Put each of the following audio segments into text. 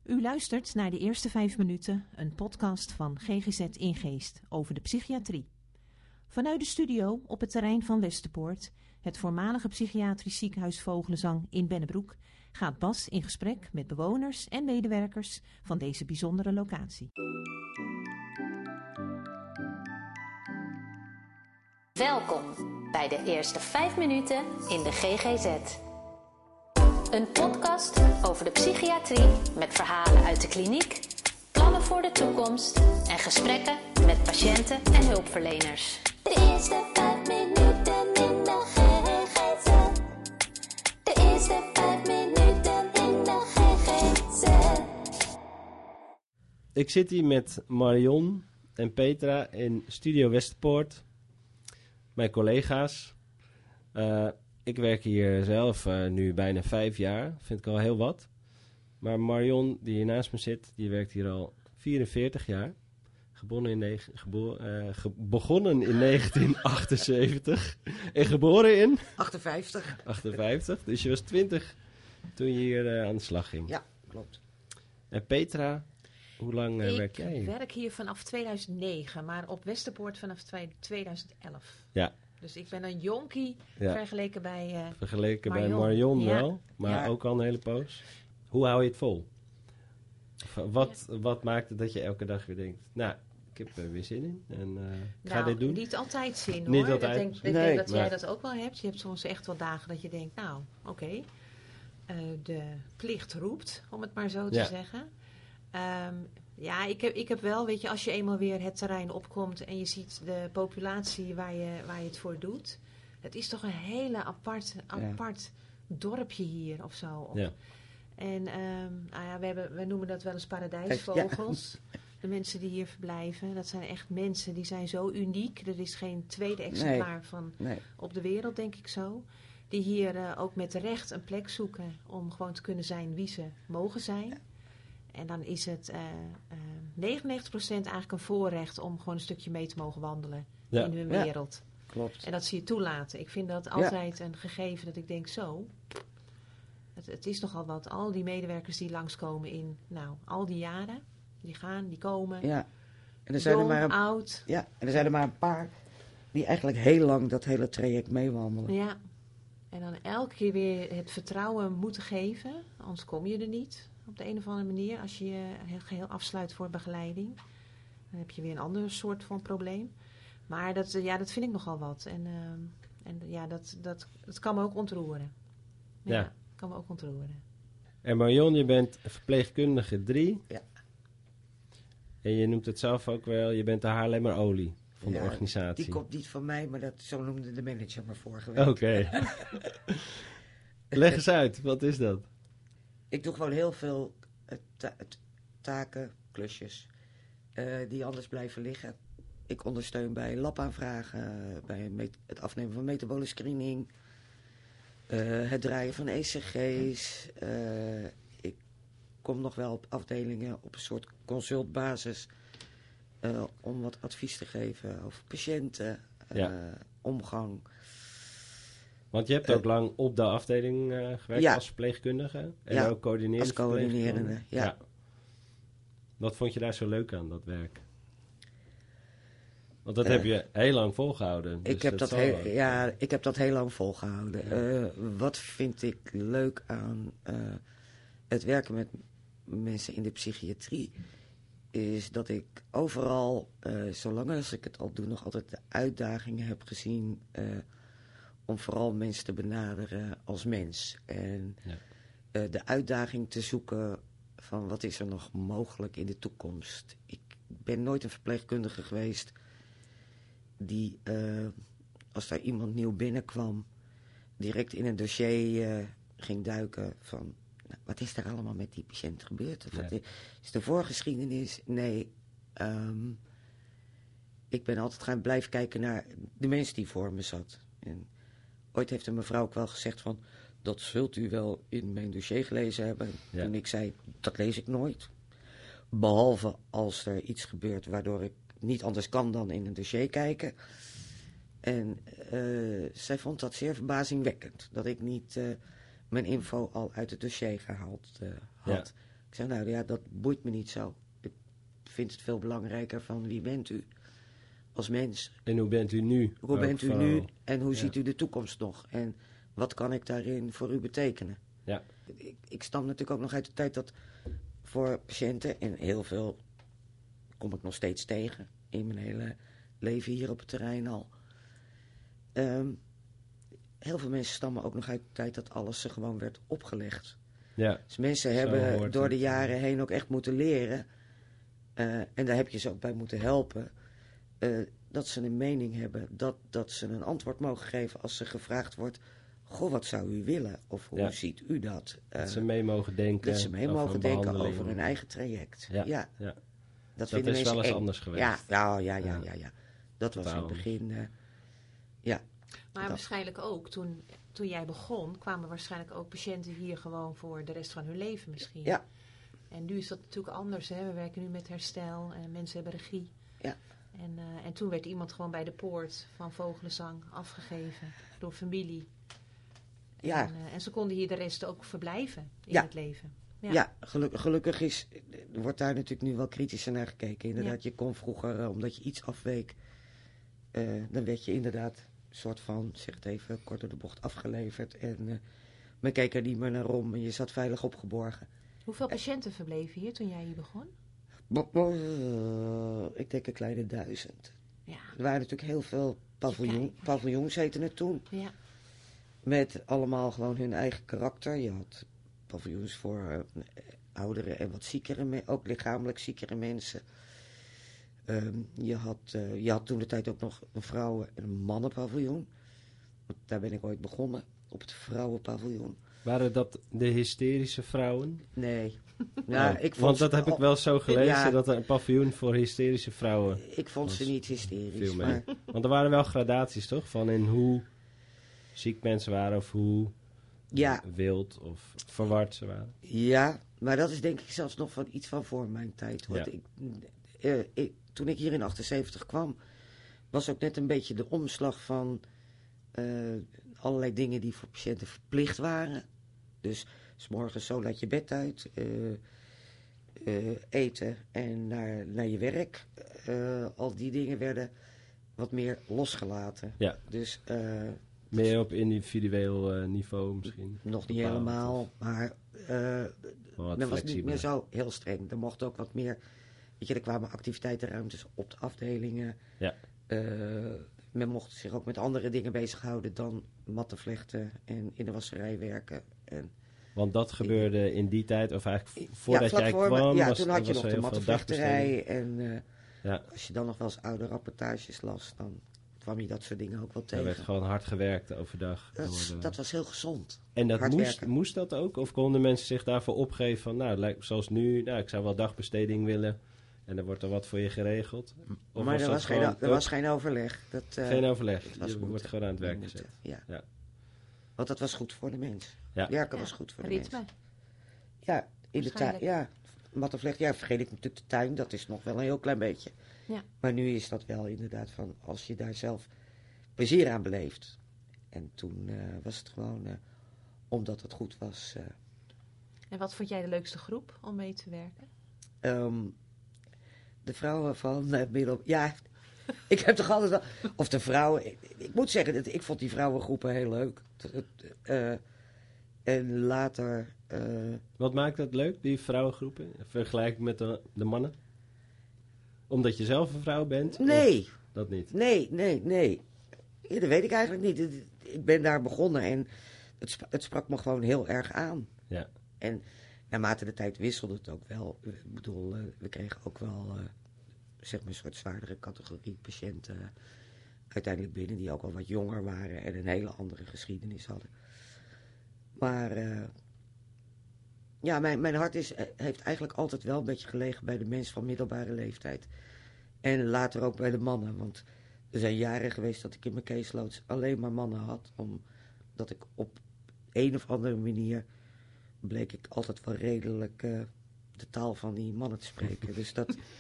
U luistert naar de eerste 5 minuten, een podcast van GGZ Ingeest over de psychiatrie. Vanuit de studio op het terrein van Westerpoort, het voormalige psychiatrisch ziekenhuis Vogelenzang in Bennebroek, gaat Bas in gesprek met bewoners en medewerkers van deze bijzondere locatie. Welkom bij de eerste 5 minuten in de GGZ. Een podcast over de psychiatrie met verhalen uit de kliniek, plannen voor de toekomst en gesprekken met patiënten en hulpverleners. De eerste 5 minuten in de GGZ. De eerste 5 minuten in de GGZ. Ik zit hier met Marion en Petra in Studio Westerpoort. Mijn collega's. Ik werk hier zelf nu bijna 5 jaar. Vind ik al heel wat. Maar Marion, die hier naast me zit, die werkt hier al 44 jaar. Begonnen in 1978. En geboren in? 58. Dus je was 20 toen je hier aan de slag ging. Ja, klopt. En Petra, hoe lang werk jij hier? Ik werk hier vanaf 2009, maar op Westerpoort vanaf 2011. Ja. Dus ik ben een jonkie vergeleken bij Marion ja. wel, maar Ja. ook al een hele poos. Hoe hou je het vol? Wat maakt het dat je elke dag weer denkt, nou, ik heb er weer zin in en ik ga dit doen? Niet altijd zin hoor. Niet altijd. Ik denk dat maar jij dat ook wel hebt. Je hebt soms echt wel dagen dat je denkt, nou, oké, de plicht roept, om het maar zo te zeggen. Ik heb wel, weet je, als je eenmaal weer het terrein opkomt en je ziet de populatie waar je het voor doet. Het is toch een hele apart dorpje hier of zo. Ja. En we noemen dat wel eens paradijsvogels. Ja. De mensen die hier verblijven, dat zijn echt mensen die zijn zo uniek. Er is geen tweede exemplaar van op de wereld, denk ik zo. Die hier ook met recht een plek zoeken om gewoon te kunnen zijn wie ze mogen zijn. Ja. En dan is het 99% eigenlijk een voorrecht om gewoon een stukje mee te mogen wandelen in hun wereld. Klopt. En dat ze je toelaten. Ik vind dat altijd een gegeven dat ik denk zo. Het is nogal wat. Al die medewerkers die langskomen in al die jaren. Die gaan, die komen. Ja. En er zijn oud. Ja, en er zijn er maar een paar die eigenlijk heel lang dat hele traject meewandelen. Ja. En dan elke keer weer het vertrouwen moeten geven. Anders kom je er niet. Op de een of andere manier. Als je je geheel afsluit voor begeleiding. Dan heb je weer een ander soort van probleem. Maar dat vind ik nogal wat. Dat kan me ook ontroeren. Ja. Kan me ook ontroeren. En Marion, je bent verpleegkundige 3. Ja. En je noemt het zelf ook wel, je bent de Haarlemmer Olie van de organisatie. Die komt niet van mij, maar zo noemde de manager me vorige week. Oké. Leg eens uit, wat is dat? Ik doe gewoon heel veel taken, klusjes, die anders blijven liggen. Ik ondersteun bij labaanvragen, bij het afnemen van metabole screening, het draaien van ECG's. Ik kom nog wel op afdelingen op een soort consultbasis om wat advies te geven over patiënten, omgang. Want je hebt ook lang op de afdeling gewerkt als verpleegkundige en ook coördinerende. Als coördinerende, ja. Wat vond je daar zo leuk aan, dat werk? Want dat heb je heel lang volgehouden. Dus ik heb dat heel lang volgehouden. Ja. Wat vind ik leuk aan het werken met mensen in de psychiatrie is dat ik overal, zolang als ik het al doe, nog altijd de uitdagingen heb gezien om vooral mensen te benaderen als mens. En de uitdaging te zoeken van wat is er nog mogelijk in de toekomst. Ik ben nooit een verpleegkundige geweest die, als daar iemand nieuw binnenkwam, direct in een dossier ging duiken van, wat is er allemaal met die patiënt gebeurd? Of wat is de voorgeschiedenis? Nee, ik ben altijd gaan blijven kijken naar de mens die voor me zat. En ooit heeft een mevrouw ook wel gezegd van, dat zult u wel in mijn dossier gelezen hebben. Ja. Toen ik zei, dat lees ik nooit. Behalve als er iets gebeurt waardoor ik niet anders kan dan in een dossier kijken. En zij vond dat zeer verbazingwekkend. Dat ik niet mijn info al uit het dossier gehaald had. Ik zei, nou ja, dat boeit me niet zo. Ik vind het veel belangrijker van wie bent u als mens. En hoe bent u nu? Hoe bent u nu en hoe ziet u de toekomst nog? En wat kan ik daarin voor u betekenen? Ja. Ik stam natuurlijk ook nog uit de tijd dat voor patiënten, en heel veel kom ik nog steeds tegen in mijn hele leven hier op het terrein al. Heel veel mensen stammen ook nog uit de tijd dat alles ze gewoon werd opgelegd. Ja. Dus mensen hebben door de jaren heen ook echt moeten leren, en daar heb je ze ook bij moeten helpen, dat ze een mening hebben, dat ze een antwoord mogen geven als ze gevraagd wordt, goh, wat zou u willen? Of hoe ziet u dat? Dat ze mee mogen denken. Dat ze mee mogen denken over hun eigen traject. Ja. Dat is wel eens anders geweest. Ja. Dat was in het begin, Maar waarschijnlijk ook, toen jij begon, kwamen waarschijnlijk ook patiënten hier gewoon voor de rest van hun leven misschien. Ja. En nu is dat natuurlijk anders. Hè? We werken nu met herstel en mensen hebben regie. Ja. En toen werd iemand gewoon bij de poort van Vogelenzang afgegeven door familie. Ja. En ze konden hier de rest ook verblijven in het leven. Ja, gelukkig wordt daar natuurlijk nu wel kritischer naar gekeken. Inderdaad, je kon vroeger, omdat je iets afweek, dan werd je inderdaad een soort van, zeg het even, kort door de bocht afgeleverd. En men keek er niet meer naar om en je zat veilig opgeborgen. Hoeveel patiënten verbleven hier toen jij hier begon? Ik denk een kleine 1000. Ja. Er waren natuurlijk heel veel paviljoens heten het toen. Ja. Met allemaal gewoon hun eigen karakter. Je had paviljoens voor oudere en wat ziekere, ook lichamelijk ziekere mensen. Je had toen de tijd ook nog een vrouwen- en een mannenpaviljoen. Want daar ben ik ooit begonnen, op het vrouwenpaviljoen. Waren dat de hysterische vrouwen? Nee. Ja, want dat heb ik wel zo gelezen, dat er een paviljoen voor hysterische vrouwen. Ik vond ze niet hysterisch. Maar... Want er waren wel gradaties, toch? Van in hoe ziek mensen waren of hoe wild of verward ze waren. Ja, maar dat is denk ik zelfs nog iets van voor mijn tijd. Hoor. Ja. Toen ik hier in 78 kwam, was ook net een beetje de omslag van allerlei dingen die voor patiënten verplicht waren. Dus 's morgens zo laat je bed uit, eten en naar je werk. Al die dingen werden wat meer losgelaten. Ja. Dus, meer op individueel niveau misschien? Nog niet helemaal, maar men was niet meer zo heel streng. Er mocht ook wat meer, weet je, er kwamen activiteitenruimtes op de afdelingen. Ja. Men mocht zich ook met andere dingen bezighouden dan matten vlechten en in de wasserij werken. Want dat gebeurde in die tijd, of eigenlijk voordat jij kwam? Ja, toen had je nog de mattenvlechterij. En Ja. Als je dan nog wel eens oude rapportages las, dan kwam je dat soort dingen ook wel tegen. Er werd gewoon hard gewerkt overdag. Dat was heel gezond. En dat moest dat ook? Of konden mensen zich daarvoor opgeven van, nou, zoals nu, nou, ik zou wel dagbesteding willen. En dan wordt er wat voor je geregeld. Of maar er was geen overleg. Geen overleg. Je wordt gewoon aan het werk gezet. Ja. Want dat was goed voor de mens. Ja. Werken was goed voor de mens. Ritme. Ja, in de tuin. Ja, mattenvlecht. Ja, vergeet ik natuurlijk de tuin. Dat is nog wel een heel klein beetje. Ja. Maar nu is dat wel inderdaad van, als je daar zelf plezier aan beleeft. En toen was het gewoon omdat het goed was. En wat vond jij de leukste groep om mee te werken? De vrouwen van middel... Ja, ik heb toch altijd wel... Of de vrouwen... Ik moet zeggen, ik vond die vrouwengroepen heel leuk. En later... Wat maakt dat leuk, die vrouwengroepen? Vergelijk met de mannen? Omdat je zelf een vrouw bent? Nee. Dat niet? Nee. Ja, dat weet ik eigenlijk niet. Ik ben daar begonnen en het sprak me gewoon heel erg aan. Ja. En naarmate de tijd wisselde het ook wel. Ik bedoel, we kregen ook wel zeg maar een soort zwaardere categorie patiënten uiteindelijk binnen, die ook al wat jonger waren en een hele andere geschiedenis hadden. Maar ja, mijn hart heeft eigenlijk altijd wel een beetje gelegen bij de mensen van middelbare leeftijd. En later ook bij de mannen, want er zijn jaren geweest dat ik in mijn caseloads alleen maar mannen had, omdat ik op een of andere manier bleek ik altijd wel redelijk de taal van die mannen te spreken. Dus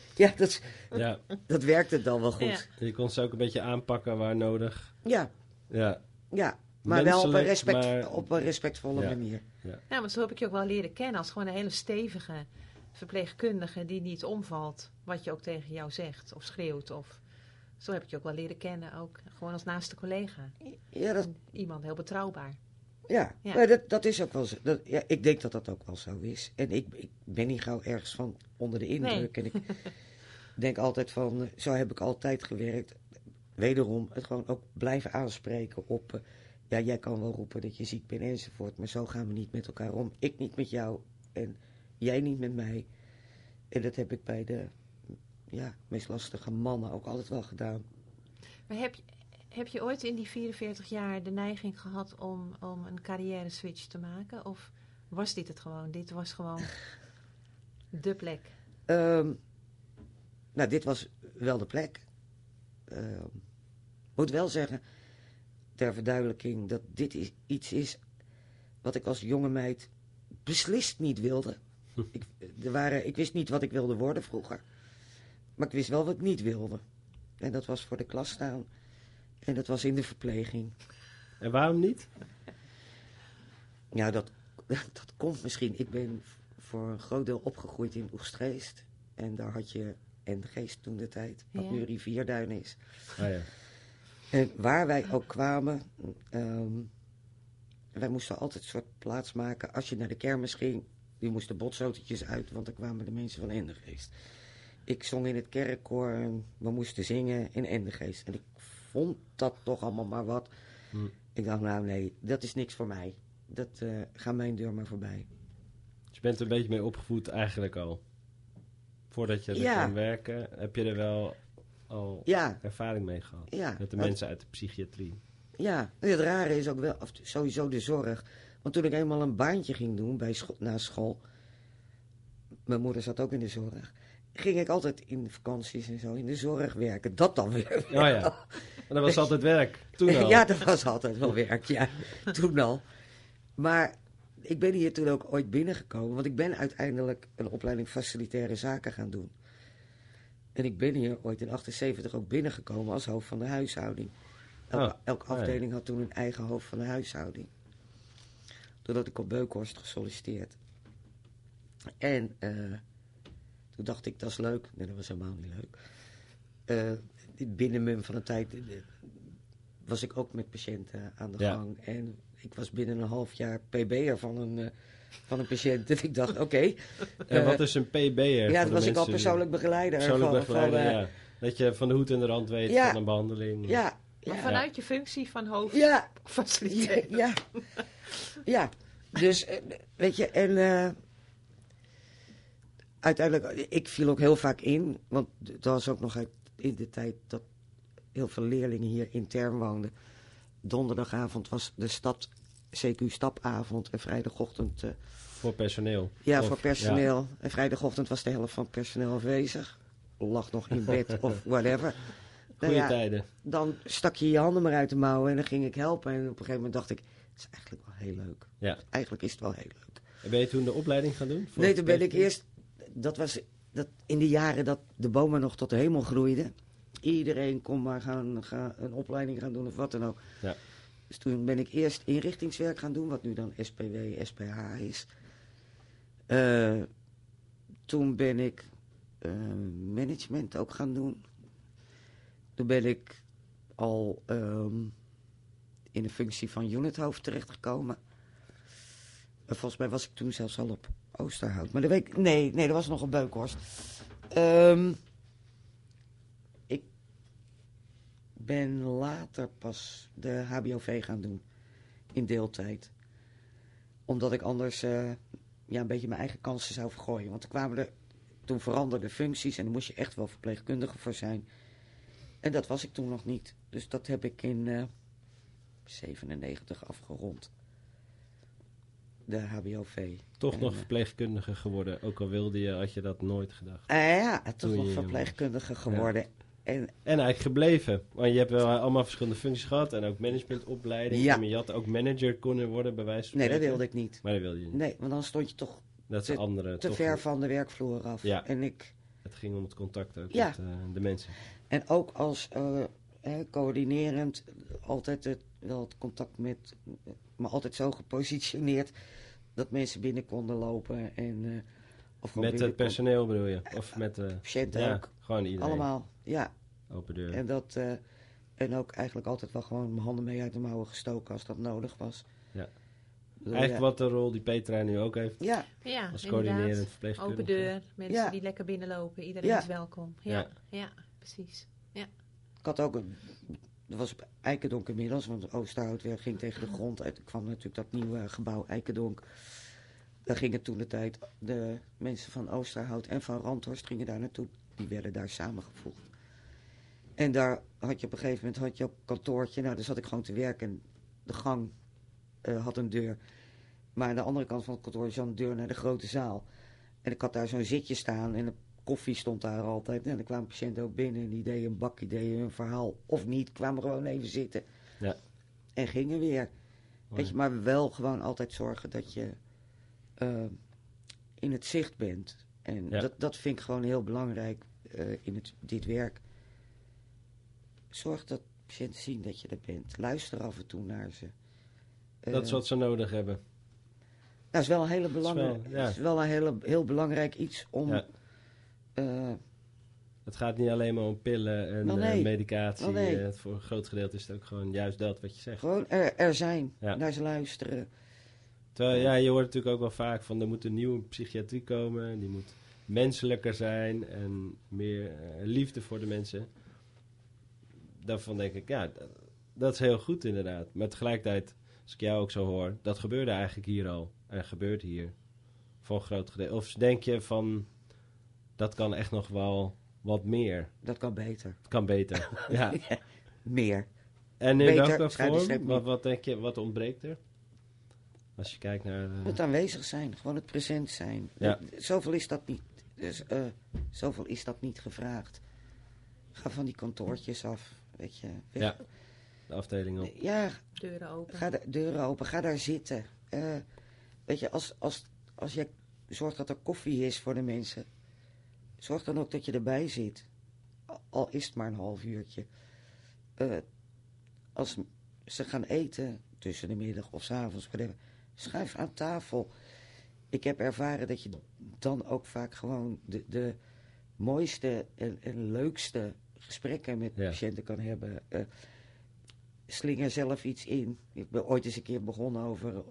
dat werkte dan wel goed. Ja. Je kon ze ook een beetje aanpakken waar nodig. Ja. Maar menselijk, wel op een respectvolle manier. Ja, maar zo heb ik je ook wel leren kennen als gewoon een hele stevige verpleegkundige die niet omvalt wat je ook tegen jou zegt of schreeuwt. Of zo heb ik je ook wel leren kennen, ook gewoon als naaste collega. Ja, Iemand heel betrouwbaar. Ja. Maar dat is ook wel zo. Ik denk dat dat ook wel zo is. En ik ben niet gauw ergens van onder de indruk. Nee. En ik denk altijd van, zo heb ik altijd gewerkt. Wederom, het gewoon ook blijven aanspreken op... jij kan wel roepen dat je ziek bent enzovoort. Maar zo gaan we niet met elkaar om. Ik niet met jou en jij niet met mij. En dat heb ik bij de meest lastige mannen ook altijd wel gedaan. Maar heb je ooit in die 44 jaar de neiging gehad om een carrière switch te maken? Of was dit het gewoon? Dit was gewoon de plek? Dit was wel de plek. Moet wel zeggen, ter verduidelijking, dat dit iets is wat ik als jonge meid beslist niet wilde. Ik wist niet wat ik wilde worden vroeger. Maar ik wist wel wat ik niet wilde. En dat was voor de klas staan. En dat was in de verpleging. En waarom niet? Ja, dat komt misschien. Ik ben voor een groot deel opgegroeid in Oegstgeest. En daar had je Endegeest toen de tijd. Wat nu Rivierduin is. Ah, ja. En waar wij ook kwamen... wij moesten altijd een soort plaats maken. Als je naar de kermis ging... Die moesten botsautootjes uit, want dan kwamen de mensen van Endegeest. Ik zong in het kerkkoor en we moesten zingen in Endegeest. En ik vond dat toch allemaal maar wat. Ik dacht, nou nee, dat is niks voor mij. Dat gaat mijn deur maar voorbij. Dus je bent er een beetje mee opgevoed eigenlijk al. Voordat je er kon werken, heb je er wel al ervaring mee gehad. Ja. Met de mensen uit de psychiatrie. Ja, en het rare is ook wel sowieso de zorg. Want toen ik eenmaal een baantje ging doen na school... Mijn moeder zat ook in de zorg... ging ik altijd in de vakanties en zo in de zorg werken. Dat dan weer. Oh ja, en dat was altijd werk. Toen al. Ja, dat was altijd wel werk, ja. Toen al. Maar ik ben hier toen ook ooit binnengekomen... want ik ben uiteindelijk een opleiding facilitaire zaken gaan doen. En ik ben hier ooit in 1978 ook binnengekomen als hoofd van de huishouding. Elke afdeling had toen een eigen hoofd van de huishouding. Doordat ik op Beukhorst gesolliciteerd. En toen dacht ik, dat is leuk. Nee, dat was helemaal niet leuk. Binnen me van een tijd was ik ook met patiënten aan de gang. En ik was binnen een half jaar PB'er van een patiënt. En ik dacht, oké. En wat is een PB'er? Ja, dat was ik al persoonlijk begeleider. Persoonlijk begeleider, Dat je van de hoed en de rand weet van een behandeling. Ja. Maar vanuit je functie van hoofd faciliteren. Ja. Dus, weet je, en uiteindelijk, ik viel ook heel vaak in, want dat was ook nog in de tijd dat heel veel leerlingen hier intern woonden. Donderdagavond was de CQ-stapavond en vrijdagochtend... voor personeel? Ja, voor personeel. Ja. En vrijdagochtend was de helft van het personeel afwezig. Lag nog in bed of whatever. Goeie tijden. Dan stak je handen maar uit de mouwen en dan ging ik helpen. En op een gegeven moment dacht ik, het is eigenlijk wel heel leuk. Ja. Eigenlijk is het wel heel leuk. En ben je toen de opleiding gaan doen? Nee, toen ben ik eerst... Dat was in de jaren dat de bomen nog tot de hemel groeiden. Iedereen kon maar een opleiding gaan doen of wat dan ook. Ja. Dus toen ben ik eerst inrichtingswerk gaan doen, wat nu dan SPW, SPH is. Toen ben ik management ook gaan doen. Toen ben ik al in de functie van unithoofd terechtgekomen. Volgens mij was ik toen zelfs al op Oosterhout. Maar dat was nog op Beukhorst. Ik ben later pas de HBOV gaan doen. In deeltijd. Omdat ik anders een beetje mijn eigen kansen zou vergooien. Want toen veranderden functies en daar moest je echt wel verpleegkundige voor zijn. En dat was ik toen nog niet. Dus dat heb ik in 97 afgerond. De HBOV. Toch nog verpleegkundige geworden, ook al had je dat nooit gedacht. Toch nog verpleegkundige geworden. Ja. En eigenlijk gebleven. Want je hebt wel allemaal verschillende functies gehad en ook managementopleiding. Ja. Je had ook manager kunnen worden, bij wijze van spreken. Nee, dat wilde ik niet. Maar dat wilde je niet. Nee, want dan stond je toch te ver van de werkvloer af. Ja. En het ging om het contact ook met de mensen. En ook als coördinerend altijd wel het contact met... maar altijd zo gepositioneerd dat mensen binnen konden lopen en Of Met het personeel bedoel je? Of met de patiënten ook. Gewoon iedereen. Allemaal, ja. Open deur. En ook eigenlijk altijd wel gewoon mijn handen mee uit de mouwen gestoken als dat nodig was. Ja. Eigenlijk wat de rol die Petra nu ook heeft. Ja. Als coördinerend inderdaad. verpleegkundige. Open deur, mensen die lekker binnenlopen. Iedereen is welkom. Ja, precies. Ja. Ik had ook dat was op Eikendonk inmiddels, want Oosterhout ging tegen de grond uit. Er kwam natuurlijk dat nieuwe gebouw Eikendonk. Daar gingen toen de tijd de mensen van Oosterhout en van Randhorst gingen daar naartoe. Die werden daar samengevoegd. En daar had je op een gegeven moment een kantoortje. Nou, daar zat ik gewoon te werken. En de gang had een deur. Maar aan de andere kant van het kantoor zat een deur naar de grote zaal. En ik had daar zo'n zitje staan en de koffie stond daar altijd. En dan kwamen patiënten ook binnen en die deden een bakje, deden een verhaal. Of niet, kwamen gewoon even zitten. Ja. En gingen weer. Weet je, maar wel gewoon altijd zorgen dat je in het zicht bent. En dat vind ik gewoon heel belangrijk in dit werk. Zorg dat patiënten zien dat je er bent. Luister af en toe naar ze. Dat is wat ze nodig hebben. Dat is wel een hele heel belangrijk iets om... het gaat niet alleen maar om pillen en medicatie. Voor een groot gedeelte is het ook gewoon juist dat wat je zegt. Gewoon er zijn, naar ze luisteren. Terwijl, je hoort natuurlijk ook wel vaak van er moet een nieuwe psychiatrie komen. Die moet menselijker zijn en meer liefde voor de mensen. Daarvan denk ik, dat is heel goed inderdaad. Maar tegelijkertijd, als ik jou ook zo hoor, dat gebeurde eigenlijk hier al. En gebeurt hier. Voor een groot gedeelte. Of denk je van, dat kan echt nog wel wat meer? Dat kan beter. Het kan beter, ja. Meer. En in welke vorm? Wat denk je, wat ontbreekt er? Als je kijkt naar... Het aanwezig zijn, gewoon het present zijn. Ja. Zoveel is dat niet. Dus, zoveel is dat niet gevraagd. Ga van die kantoortjes af, weet je. Weg. Ja, de afdeling op. Ja. Deuren open. Ga de deuren open, ga daar zitten. Weet je, als je zorgt dat er koffie is voor de mensen, zorg dan ook dat je erbij zit. Al is het maar een half uurtje. Als ze gaan eten, tussen de middag of 's avonds, schuif aan tafel. Ik heb ervaren dat je dan ook vaak gewoon de mooiste en leukste gesprekken met patiënten kan hebben. Slinger zelf iets in. Ik ben ooit eens een keer begonnen over...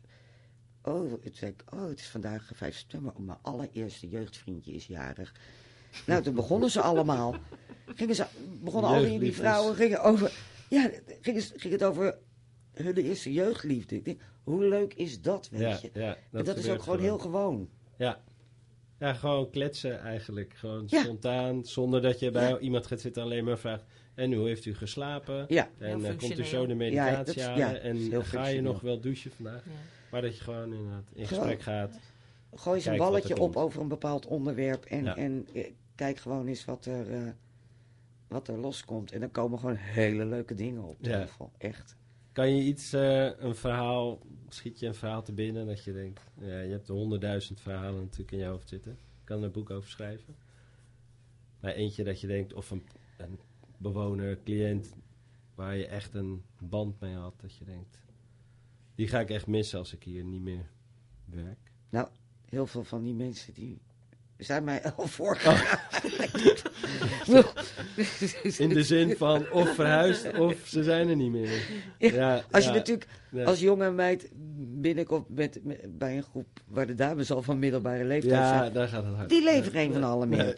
het is vandaag 5 september. Mijn allereerste jeugdvriendje is jarig. Nou, toen begonnen ze allemaal. Al die vrouwen gingen over... Ja, ging het over hun eerste jeugdliefde. Ik denk, hoe leuk is dat, weet je? Ja, dat is ook gewoon heel gewoon. Ja. Ja, gewoon kletsen eigenlijk. Gewoon spontaan, zonder dat je bij iemand gaat zitten alleen maar vraagt... En hoe heeft u geslapen? Ja. En komt u zo de medicatie halen? En ga je nog wel douchen vandaag? Ja. Maar dat je gewoon in gesprek gaat. Gooi eens een balletje op over een bepaald onderwerp. En kijk gewoon eens wat er loskomt. En dan komen gewoon hele leuke dingen op tafel. Ja. Echt. Kan je iets, schiet je een verhaal te binnen dat je denkt... je hebt 100.000 verhalen natuurlijk in je hoofd zitten. Je kan er een boek over schrijven. Maar eentje dat je denkt, of een bewoner, cliënt... waar je echt een band mee had, dat je denkt... die ga ik echt missen als ik hier niet meer werk. Nou, heel veel van die mensen die... zijn mij al voorgegaan. In de zin van of verhuisd of ze zijn er niet meer. Als je natuurlijk als jonge meid binnenkomt bij een groep waar de dames al van middelbare leeftijd zijn. Daar gaat het hard. Die leven geen van allen meer.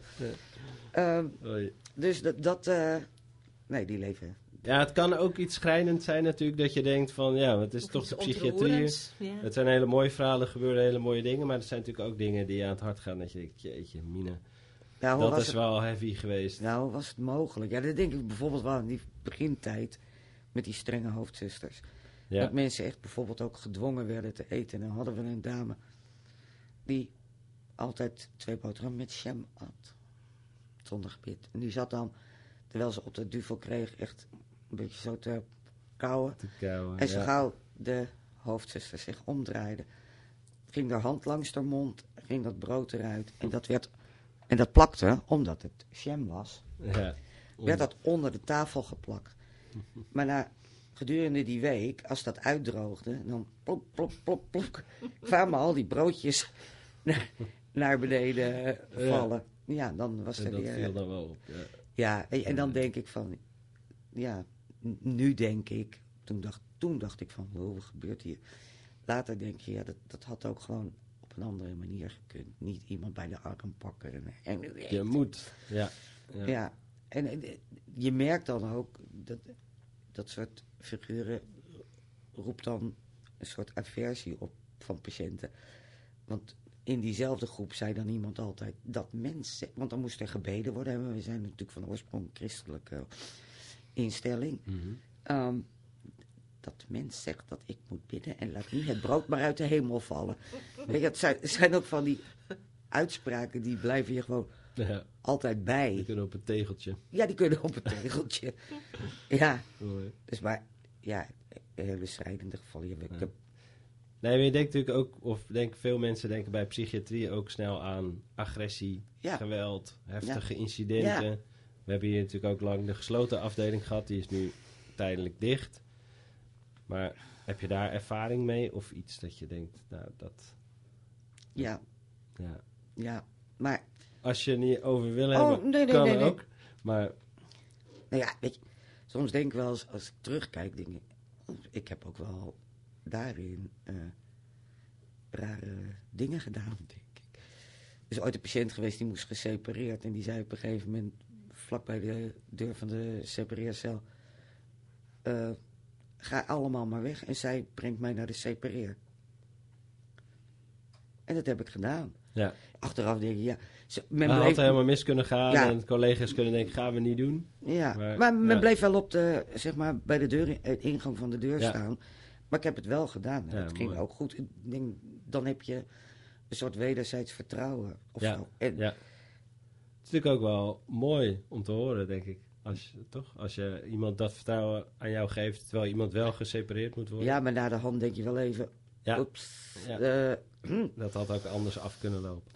Dus nee, die leven... Ja, het kan ook iets schrijnend zijn natuurlijk dat je denkt van... het is toch de psychiatrie. Het zijn hele mooie verhalen, gebeuren hele mooie dingen. Maar er zijn natuurlijk ook dingen die je aan het hart gaan. Dat je denkt, jeetje, Mine, dat is wel heavy geweest. Nou, hoe was het mogelijk? Ja, dat denk ik bijvoorbeeld wel in die begintijd met die strenge hoofdzusters. Ja. Dat mensen echt bijvoorbeeld ook gedwongen werden te eten. En dan hadden we een dame die altijd 2 boterhammen met jam at. Zonder gebit. En die zat dan, terwijl ze op de duvel kreeg, echt een beetje zo te kauwen. En zo gauw de hoofdzuster zich omdraaide, ging haar hand langs haar mond, ging dat brood eruit. En dat plakte, omdat het jam was, werd dat onder de tafel geplakt. Maar gedurende die week, als dat uitdroogde, dan plop, plop, plop, plop, kwamen al die broodjes naar beneden vallen. Ja, dan was En er dat weer... viel dan wel op. Ja. Ja, en dan denk ik van... Ja, nu denk ik... Toen dacht ik van, wow, wat gebeurt hier? Later denk je, ja, dat had ook gewoon op een andere manier gekund. Niet iemand bij de arm pakken. En Je moet. Ja. Ja, en je merkt dan ook dat soort figuren roept dan een soort aversie op van patiënten. Want in diezelfde groep zei dan iemand altijd dat mensen, want dan moest er gebeden worden. We zijn natuurlijk van oorsprong christelijke instelling. Mm-hmm. Dat mens zegt dat ik moet bidden en laat niet het brood maar uit de hemel vallen. Weet je, het zijn ook van die uitspraken die blijven je gewoon altijd bij. Die kunnen op een tegeltje. Ja, die kunnen op een tegeltje. Ja, Mooi. dus maar, ja, hele strijdende gevallen. Nee, maar je denkt natuurlijk ook, of veel mensen denken bij psychiatrie ook snel aan agressie, geweld, heftige incidenten. Ja. We hebben hier natuurlijk ook lang de gesloten afdeling gehad, die is nu tijdelijk dicht. Maar heb je daar ervaring mee of iets dat je denkt, nou dat... Ja, maar... Als je niet over wil hebben, kan ook. Maar... Nou ja, weet je, soms denk ik wel eens, als ik terugkijk, denk ik heb ook wel daarin rare dingen gedaan, denk ik. Er is ooit een patiënt geweest die moest gesepareerd en die zei op een gegeven moment, vlak bij de deur van de separeercel, ga allemaal maar weg en zij brengt mij naar de separeer. En dat heb ik gedaan. Ja. Achteraf denk je, men had helemaal mis kunnen gaan en collega's kunnen denken, gaan we niet doen. Ja, maar men bleef wel op de, zeg maar, bij de deur, het ingang van de deur staan. Maar ik heb het wel gedaan. Ja, het ging ook goed. Ik denk, dan heb je een soort wederzijds vertrouwen. Of zo. En, het is natuurlijk ook wel mooi om te horen, denk ik. Als je iemand dat vertrouwen aan jou geeft, terwijl iemand wel gesepareerd moet worden. Ja, maar na de hand denk je wel even, oeps. Ja. Dat had ook anders af kunnen lopen.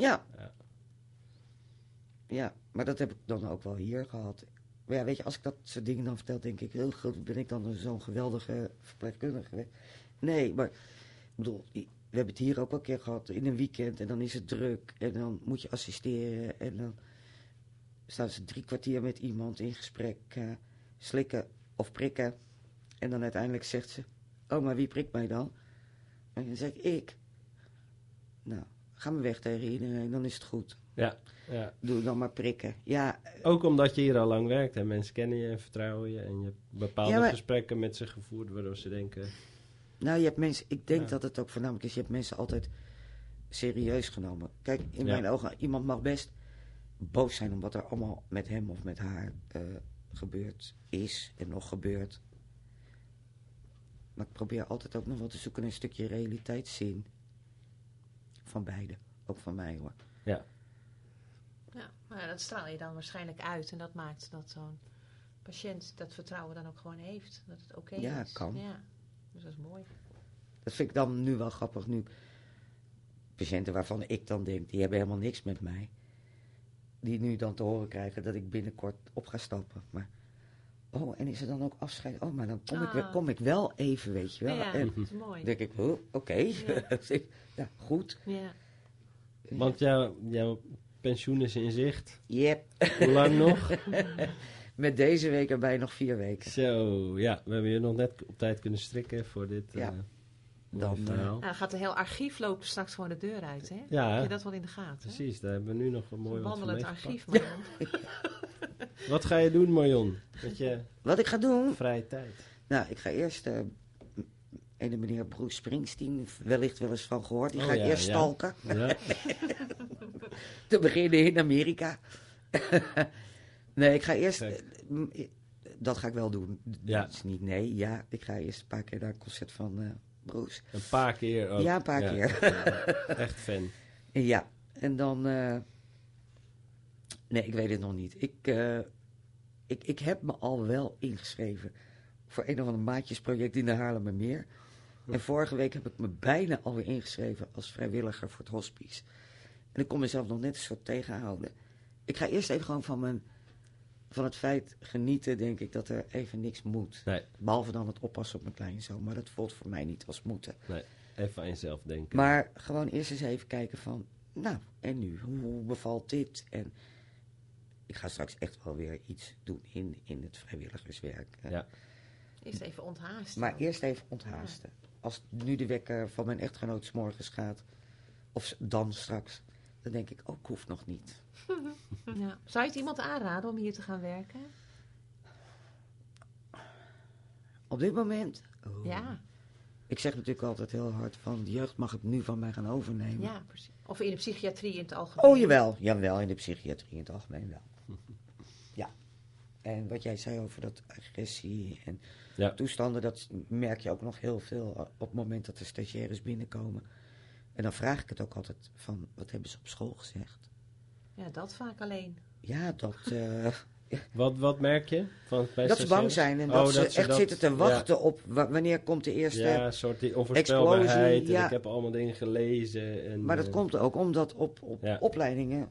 Ja, maar dat heb ik dan ook wel hier gehad. Maar ja, weet je, als ik dat soort dingen dan vertel, denk ik, heel goed, ben ik dan zo'n geweldige verpleegkundige geweest? Nee, maar ik bedoel, we hebben het hier ook al een keer gehad, in een weekend, en dan is het druk, en dan moet je assisteren, en dan staan ze 3 kwartier met iemand in gesprek, slikken of prikken, en dan uiteindelijk zegt ze, oh, maar wie prikt mij dan? En dan zeg ik, nou, ga maar weg tegen iedereen, dan is het goed. Ja. Doe dan maar prikken. Ja. Ook omdat je hier al lang werkt en mensen kennen je en vertrouwen je. En je hebt bepaalde gesprekken met ze gevoerd waardoor ze denken... Nou, je hebt mensen... Ik denk dat het ook voornamelijk is, je hebt mensen altijd serieus genomen. Kijk, in mijn ogen, iemand mag best boos zijn om wat er allemaal met hem of met haar gebeurd is en nog gebeurt. Maar ik probeer altijd ook nog wel te zoeken naar een stukje realiteitszin. Van beide. Ook van mij, hoor. Ja. Ja, maar dat straal je dan waarschijnlijk uit. En dat maakt dat zo'n patiënt dat vertrouwen dan ook gewoon heeft. Dat het oké is. Ja, kan. Ja, dus dat is mooi. Dat vind ik dan nu wel grappig. Nu patiënten waarvan ik dan denk, die hebben helemaal niks met mij. Die nu dan te horen krijgen dat ik binnenkort op ga stappen. Maar, oh, en is er dan ook afscheid? Oh, maar dan kom ik wel even, weet je wel. Ja, en dat is mooi. denk ik, oké. Ja, goed. Ja. Want jouw pensioen is in zicht. Yep. Hoe lang nog? Met deze week erbij nog 4 weken. Zo, ja. We hebben je nog net op tijd kunnen strikken voor dit dan verhaal. Dan gaat een heel archief lopen straks gewoon de deur uit, hè? Ja, heb je dat wel in de gaten? Precies, daar hebben we nu nog een mooi wat wandelend van archief, Marion. Wat ga je doen, Marion? Wat ik ga doen? Vrije tijd. Nou, ik ga eerst... een meneer Bruce Springsteen, wellicht wel eens van gehoord. Die ga ik eerst stalken. Ja. Te beginnen in Amerika. Nee, ik ga eerst... dat ga ik wel doen. Ja. Dat is niet nee. Ja, ik ga eerst een paar keer naar een concert van Bruce. Een paar keer ook. Ja, een paar keer. Echt fan. Ja, en dan... nee, ik weet het nog niet. Ik heb me al wel ingeschreven voor een of ander maatjesproject in de Haarlemmermeer. En vorige week heb ik me bijna alweer ingeschreven als vrijwilliger voor het hospice. En ik kon mezelf nog net een soort tegenhouden. Ik ga eerst even gewoon van het feit genieten, denk ik, dat er even niks moet. Nee. Behalve dan het oppassen op mijn kleinzoon. Maar dat voelt voor mij niet als moeten. Nee, even aan jezelf denken. Maar gewoon eerst eens even kijken van... nou, en nu? Hoe bevalt dit? En ik ga straks echt wel weer iets doen in het vrijwilligerswerk. Ja. Eerst even onthaasten. Maar eerst even onthaasten. Als nu de wekker van mijn echtgenoot 's morgens gaat, of dan straks, dan denk ik, ik hoef nog niet. Ja. Zou je het iemand aanraden om hier te gaan werken? Op dit moment? Ja. Ik zeg natuurlijk altijd heel hard van, de jeugd mag het nu van mij gaan overnemen. Ja, precies. Of in de psychiatrie in het algemeen. Oh, jawel, in de psychiatrie in het algemeen wel. Ja. En wat jij zei over dat agressie en toestanden, dat merk je ook nog heel veel op het moment dat de stagiaires binnenkomen. En dan vraag ik het ook altijd van, wat hebben ze op school gezegd? Ja, dat vaak alleen. Ja, dat... Wat merk je? Dat ze bang zijn en dat ze echt zitten te wachten op wanneer komt de eerste explosie. Ja, een soort die onvoorspelbaarheid. Explosie, ja. En ik heb allemaal dingen gelezen. En, maar dat komt ook omdat op opleidingen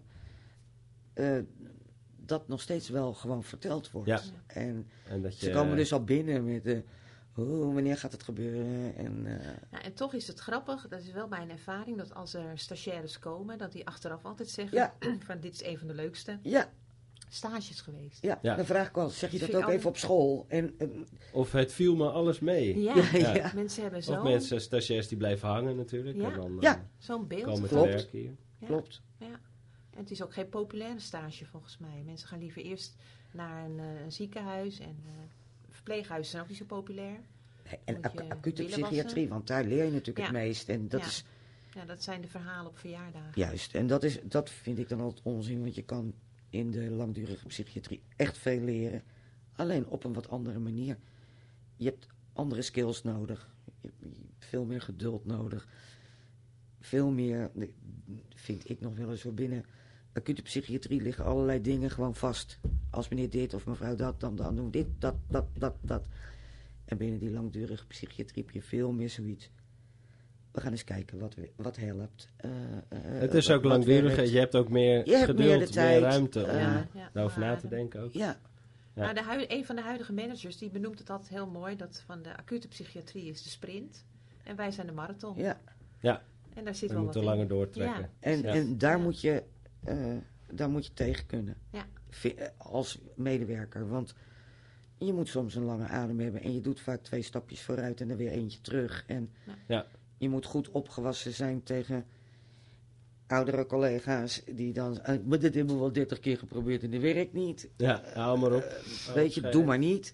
dat nog steeds wel gewoon verteld wordt. Ja. En dat ze komen dus al binnen met wanneer gaat het gebeuren? Ja, en toch is het grappig, dat is wel mijn ervaring, dat als er stagiaires komen, dat die achteraf altijd zeggen van dit is een van de leukste stages geweest. Ja, dan vraag ik wel, zeg je dat ook even op school? Of het viel me alles mee. Ja. Mensen hebben zo... Of mensen, stagiairs die blijven hangen natuurlijk. Ja, en dan, zo'n beeld. Komen te werken hier. Ja. Klopt. Ja. En het is ook geen populaire stage volgens mij. Mensen gaan liever eerst naar een ziekenhuis en verpleeghuizen zijn ook niet zo populair. Nee, en acute psychiatrie, want daar leer je natuurlijk het meest. En dat is... Ja, dat zijn de verhalen op verjaardagen. Juist, en dat vind ik dan altijd onzin, want je kan in de langdurige psychiatrie echt veel leren. Alleen op een wat andere manier. Je hebt andere skills nodig. Je hebt veel meer geduld nodig. Veel meer, vind ik nog wel eens, binnen acute psychiatrie liggen allerlei dingen gewoon vast. Als meneer dit of mevrouw dat, dan doen we dit, dat. En binnen die langdurige psychiatrie heb je veel meer zoiets. We gaan eens kijken wat helpt. Het is ook langduriger. Je hebt ook meer geduld, meer de tijd. meer ruimte om daarover na te denken ook. Ja. Ja. Nou, een van de huidige managers die benoemt het altijd heel mooi. Dat van de acute psychiatrie is de sprint. En wij zijn de marathon. Ja. En daar zit We wel moeten wat in. langer doortrekken. Ja. En daar moet je tegen kunnen. Ja. Als medewerker. Want je moet soms een lange adem hebben. En je doet vaak 2 stapjes vooruit en dan weer eentje terug. En je moet goed opgewassen zijn tegen oudere collega's die dan... maar dit hebben we wel 30 keer geprobeerd en dat werkt niet. Ja, hou maar op. Weet je, doe maar niet.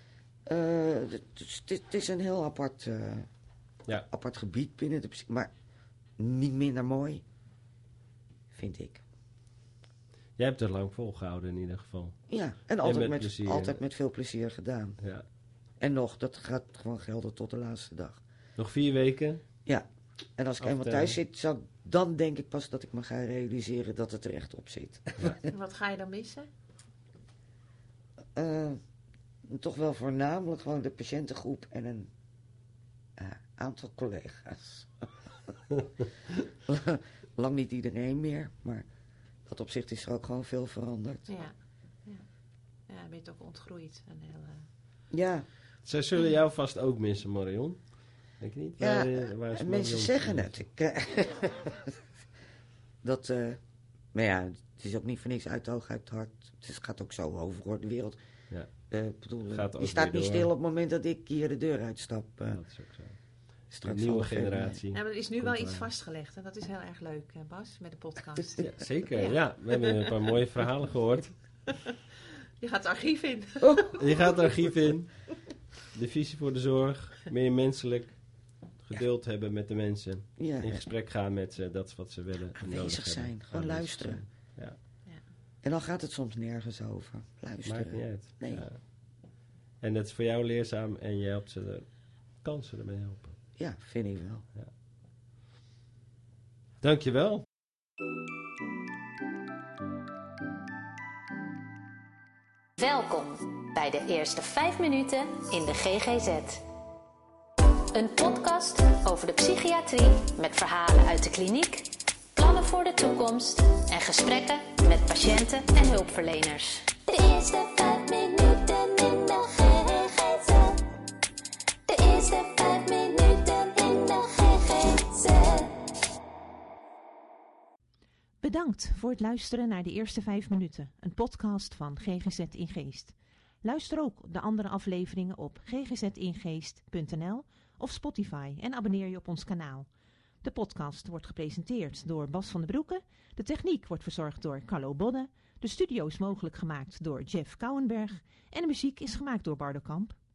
Het is een heel apart gebied binnen de psychiatrie. Maar niet minder mooi, vind ik. Jij hebt het lang volgehouden in ieder geval. Ja, en altijd met veel plezier gedaan. Ja. En dat gaat gewoon gelden tot de laatste dag. Nog 4 weken? Ja. En als ik eenmaal thuis zit, dan denk ik pas dat ik me ga realiseren dat het er echt op zit. Ja. En wat ga je dan missen? Toch wel voornamelijk gewoon de patiëntengroep en een aantal collega's. Lang niet iedereen meer, maar dat opzicht is er ook gewoon veel veranderd. Ja, ben je ook ontgroeid. Ja. Zij zullen jou vast ook missen, Marion. Denk je niet? Ja, waar mensen zeggen het. Maar ja, het is ook niet voor niks uit het oog, uit het hart. Het gaat ook zo over de wereld. Ja. Je staat niet stil op het moment dat ik hier de deur uitstap. Dat is ook zo. Straks de nieuwe generatie. Ja, maar er is nu wel iets vastgelegd en dat is heel erg leuk, Bas, met de podcast. Ja, zeker, ja. We hebben een paar mooie verhalen gehoord. Je gaat het archief in. Je gaat het archief in. De visie voor de zorg. Meer menselijk. Geduld hebben met de mensen. Ja. In gesprek gaan met ze. Dat is wat ze willen. Aanwezig zijn. Gewoon luisteren. Ja. En dan gaat het soms nergens over. Luisteren. Maakt niet uit. Nee. Ja. En dat is voor jou leerzaam. En je helpt ze kan ze ermee helpen. Ja, vind ik wel. Ja. Dankjewel. Welkom bij de eerste 5 minuten in de GGZ. Een podcast over de psychiatrie met verhalen uit de kliniek, plannen voor de toekomst en gesprekken met patiënten en hulpverleners. De eerste 5 minuten in de GGZ. De eerste 5 minuten in de GGZ. Bedankt voor het luisteren naar de eerste 5 minuten, een podcast van GGZ in Geest. Luister ook de andere afleveringen op ggzingeest.nl of Spotify en abonneer je op ons kanaal. De podcast wordt gepresenteerd door Bas van den Broeke. De techniek wordt verzorgd door Carlo Bodde. De studio is mogelijk gemaakt door Jeff Kouwenberg. En de muziek is gemaakt door Bardo Kamp.